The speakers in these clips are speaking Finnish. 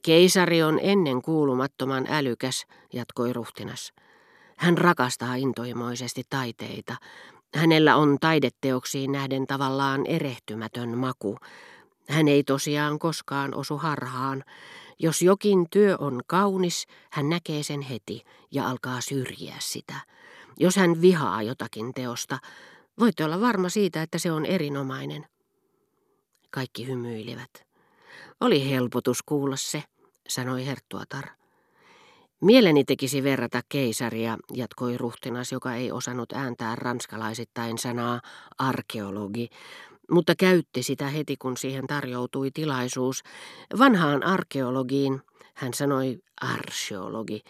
Keisari on ennen kuulumattoman älykäs, jatkoi ruhtinas. Hän rakastaa intohimoisesti taiteita. Hänellä on taideteoksiin nähden tavallaan erehtymätön maku. Hän ei tosiaan koskaan osu harhaan. Jos jokin työ on kaunis, hän näkee sen heti ja alkaa syrjiä sitä. Jos hän vihaa jotakin teosta, voitte olla varma siitä, että se on erinomainen. Kaikki hymyilivät. Oli helpotus kuulla se, sanoi Herttuatar. Mieleni tekisi verrata keisaria, jatkoi ruhtinas, joka ei osannut ääntää ranskalaisittain sanaa arkeologi, mutta käytti sitä heti, kun siihen tarjoutui tilaisuus. Vanhaan arkeologiin, hän sanoi archeologi,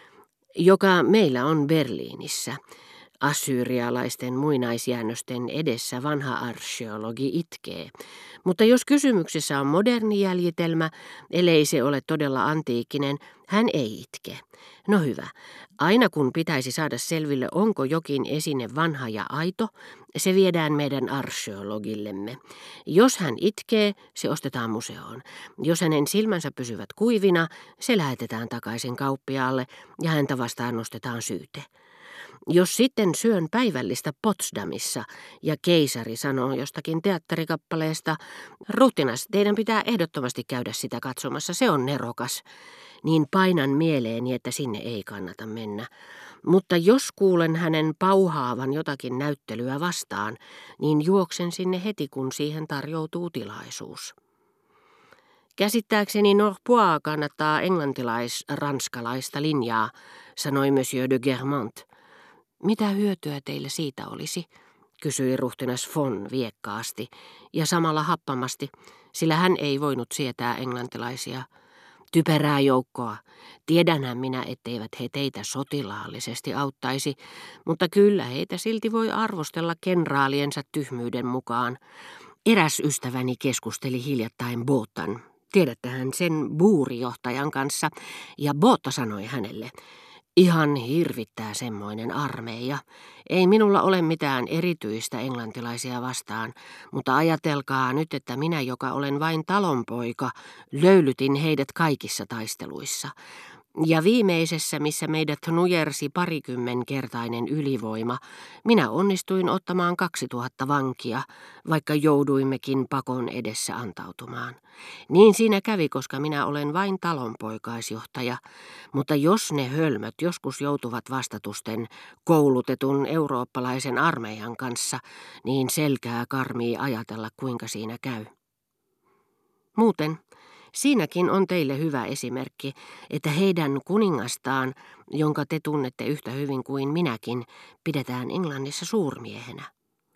joka meillä on Berliinissä. Assyrialaisten muinaisjäännösten edessä vanha archeologi itkee. Mutta jos kysymyksessä on moderni jäljitelmä, ellei se ole todella antiikkinen, hän ei itke. No hyvä, aina kun pitäisi saada selville, onko jokin esine vanha ja aito, se viedään meidän archeologillemme. Jos hän itkee, se ostetaan museoon. Jos hänen silmänsä pysyvät kuivina, se lähetetään takaisin kauppiaalle ja häntä vastaan nostetaan syyte. Jos sitten syön päivällistä Potsdamissa ja keisari sanoo jostakin teatterikappaleesta, ruhtinas, teidän pitää ehdottomasti käydä sitä katsomassa, se on nerokas, niin painan mieleeni, että sinne ei kannata mennä. Mutta jos kuulen hänen pauhaavan jotakin näyttelyä vastaan, niin juoksen sinne heti, kun siihen tarjoutuu tilaisuus. Käsittääkseni Norpois kannattaa englantilais-ranskalaista linjaa, sanoi Monsieur de Guermantes. Mitä hyötyä teille siitä olisi, kysyi ruhtinas von viekkaasti ja samalla happamasti, sillä hän ei voinut sietää englantilaisia. Typerää joukkoa. Tiedänhän minä, etteivät he teitä sotilaallisesti auttaisi, mutta kyllä heitä silti voi arvostella kenraaliensa tyhmyyden mukaan. Eräs ystäväni keskusteli hiljattain Botan. Tiedättehän sen buurijohtajan kanssa, ja Bota sanoi hänelle, ihan hirvittää semmoinen armeija. Ei minulla ole mitään erityistä englantilaisia vastaan, mutta ajatelkaa nyt, että minä, joka olen vain talonpoika, löylytin heidät kaikissa taisteluissa. Ja viimeisessä, missä meidät nujersi 20-kertainen ylivoima, minä onnistuin ottamaan 2000 vankia, vaikka jouduimmekin pakon edessä antautumaan. Niin siinä kävi, koska minä olen vain talonpoikaisjohtaja, mutta jos ne hölmöt joskus joutuvat vastatusten koulutetun eurooppalaisen armeijan kanssa, niin selkää karmii ajatella, kuinka siinä käy. Muuten siinäkin on teille hyvä esimerkki, että heidän kuningastaan, jonka te tunnette yhtä hyvin kuin minäkin, pidetään Englannissa suurmiehenä.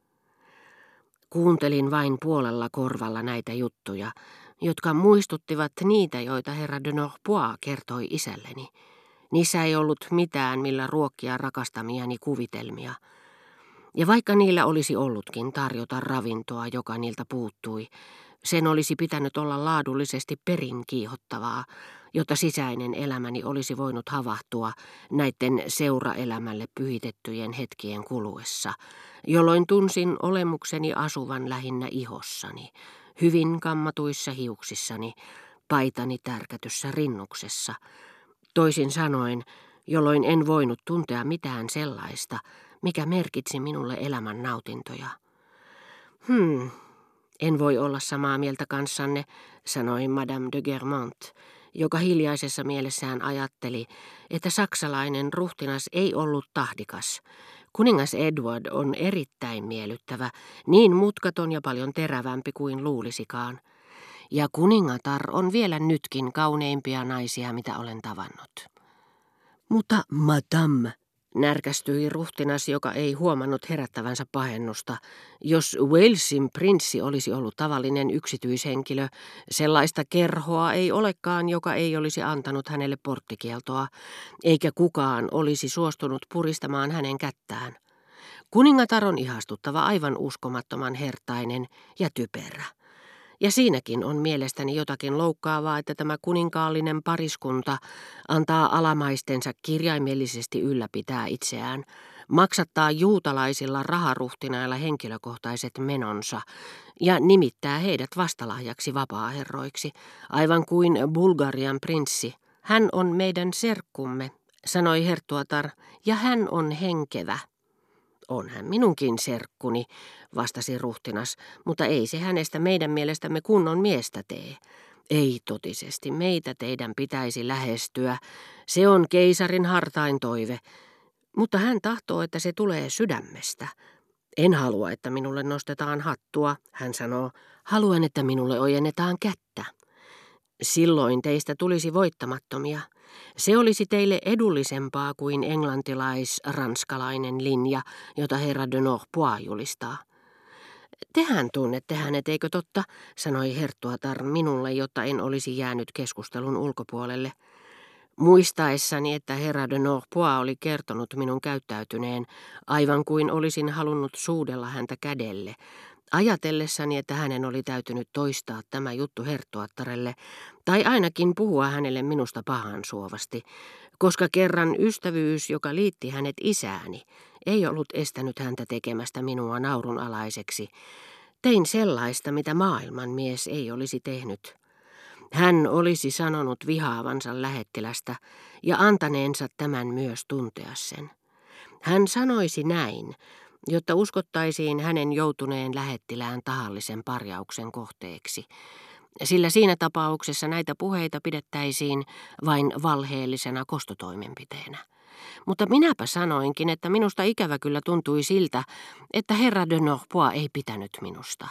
Kuuntelin vain puolella korvalla näitä juttuja, jotka muistuttivat niitä, joita herra de Norpois kertoi isälleni. Niissä ei ollut mitään, millä ruokkia rakastamiani kuvitelmia. Ja vaikka niillä olisi ollutkin tarjota ravintoa, joka niiltä puuttui, sen olisi pitänyt olla laadullisesti perin kiihottavaa, jotta sisäinen elämäni olisi voinut havahtua näiden seuraelämälle pyhitettyjen hetkien kuluessa, jolloin tunsin olemukseni asuvan lähinnä ihossani, hyvin kammatuissa hiuksissani, paitani tärkätyssä rinnuksessa. Toisin sanoen, jolloin en voinut tuntea mitään sellaista, mikä merkitsi minulle elämän nautintoja. En voi olla samaa mieltä kanssanne, sanoi Madame de Guermantes, joka hiljaisessa mielessään ajatteli, että saksalainen ruhtinas ei ollut tahdikas. Kuningas Edward on erittäin miellyttävä, niin mutkaton ja paljon terävämpi kuin luulisikaan. Ja kuningatar on vielä nytkin kauneimpia naisia, mitä olen tavannut. Mutta madame, närkästyi ruhtinas, joka ei huomannut herättävänsä pahennusta. Jos Walesin prinssi olisi ollut tavallinen yksityishenkilö, sellaista kerhoa ei olekaan, joka ei olisi antanut hänelle porttikieltoa, eikä kukaan olisi suostunut puristamaan hänen kättään. Kuningatar on ihastuttava, aivan uskomattoman hertainen ja typerä. Ja siinäkin on mielestäni jotakin loukkaavaa, että tämä kuninkaallinen pariskunta antaa alamaistensa kirjaimellisesti ylläpitää itseään, maksattaa juutalaisilla raharuhtinailla henkilökohtaiset menonsa ja nimittää heidät vastalahjaksi vapaaherroiksi, aivan kuin Bulgarian prinssi. Hän on meidän serkkumme, sanoi Herttuatar, ja hän on henkevä. On hän minunkin serkkuni, vastasi ruhtinas, mutta ei se hänestä meidän mielestämme kunnon miestä tee. Ei totisesti, meitä teidän pitäisi lähestyä. Se on keisarin hartain toive, mutta hän tahtoo, että se tulee sydämestä. En halua, että minulle nostetaan hattua, hän sanoo. Haluan, että minulle ojennetaan kättä. Silloin teistä tulisi voittamattomia. Se olisi teille edullisempaa kuin englantilais-ranskalainen linja, jota herra de Norpois julistaa. Tehän tunnette hänet, eikö totta, sanoi Herttuatar minulle, jotta en olisi jäänyt keskustelun ulkopuolelle. Muistaessani, että herra de Norpois oli kertonut minun käyttäytyneen, aivan kuin olisin halunnut suudella häntä kädelle, ajatellessani, että hänen oli täytynyt toistaa tämä juttu Herttuattarelle, tai ainakin puhua hänelle minusta pahansuovasti, koska kerran ystävyys, joka liitti hänet isääni, ei ollut estänyt häntä tekemästä minua naurunalaiseksi. Tein sellaista, mitä maailmanmies ei olisi tehnyt. Hän olisi sanonut vihaavansa lähettilästä ja antaneensa tämän myös tuntea sen. Hän sanoisi näin, jotta uskottaisiin hänen joutuneen lähettilään tahallisen parjauksen kohteeksi, sillä siinä tapauksessa näitä puheita pidettäisiin vain valheellisena kostotoimenpiteenä. Mutta minäpä sanoinkin, että minusta ikävä kyllä tuntui siltä, että herra de Norpois ei pitänyt minusta.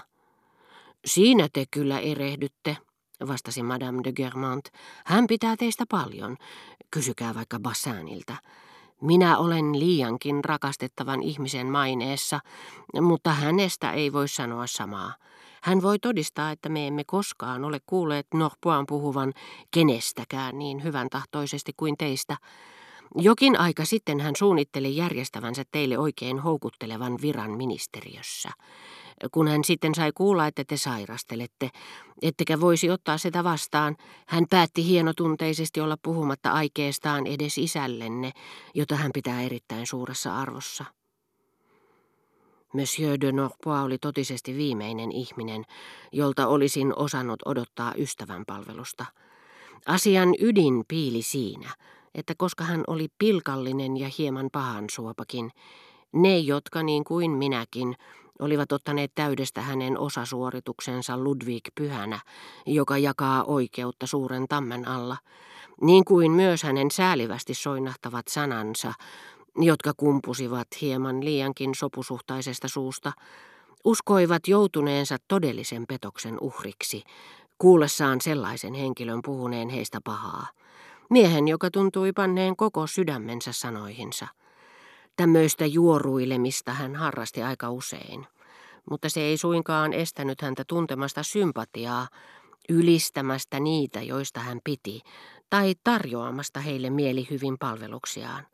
Siinä te kyllä erehdytte, vastasi Madame de Guermantes. Hän pitää teistä paljon. Kysykää vaikka Bassanilta. Minä olen liiankin rakastettavan ihmisen maineessa, mutta hänestä ei voi sanoa samaa. Hän voi todistaa, että me emme koskaan ole kuulleet Norpoisin puhuvan kenestäkään niin hyvän tahtoisesti kuin teistä. Jokin aika sitten hän suunnitteli järjestävänsä teille oikein houkuttelevan viran ministeriössä. Kun hän sitten sai kuulla, että te sairastelette, ettekä voisi ottaa sitä vastaan, hän päätti hienotunteisesti olla puhumatta aikeestaan edes isällenne, jota hän pitää erittäin suuressa arvossa. Monsieur de Norpois oli totisesti viimeinen ihminen, jolta olisin osannut odottaa ystävän palvelusta. Asian ydin piili siinä, että koska hän oli pilkallinen ja hieman pahansuopakin, ne, jotka niin kuin minäkin, olivat ottaneet täydestä hänen osasuorituksensa Ludwig Pyhänä, joka jakaa oikeutta suuren tammen alla, niin kuin myös hänen säälivästi soinahtavat sanansa, jotka kumpusivat hieman liiankin sopusuhtaisesta suusta, uskoivat joutuneensa todellisen petoksen uhriksi, kuullessaan sellaisen henkilön puhuneen heistä pahaa. Miehen, joka tuntui panneen koko sydämensä sanoihinsa. Tämmöistä juoruilemista hän harrasti aika usein, mutta se ei suinkaan estänyt häntä tuntemasta sympatiaa, ylistämästä niitä, joista hän piti, tai tarjoamasta heille mielihyvin palveluksiaan.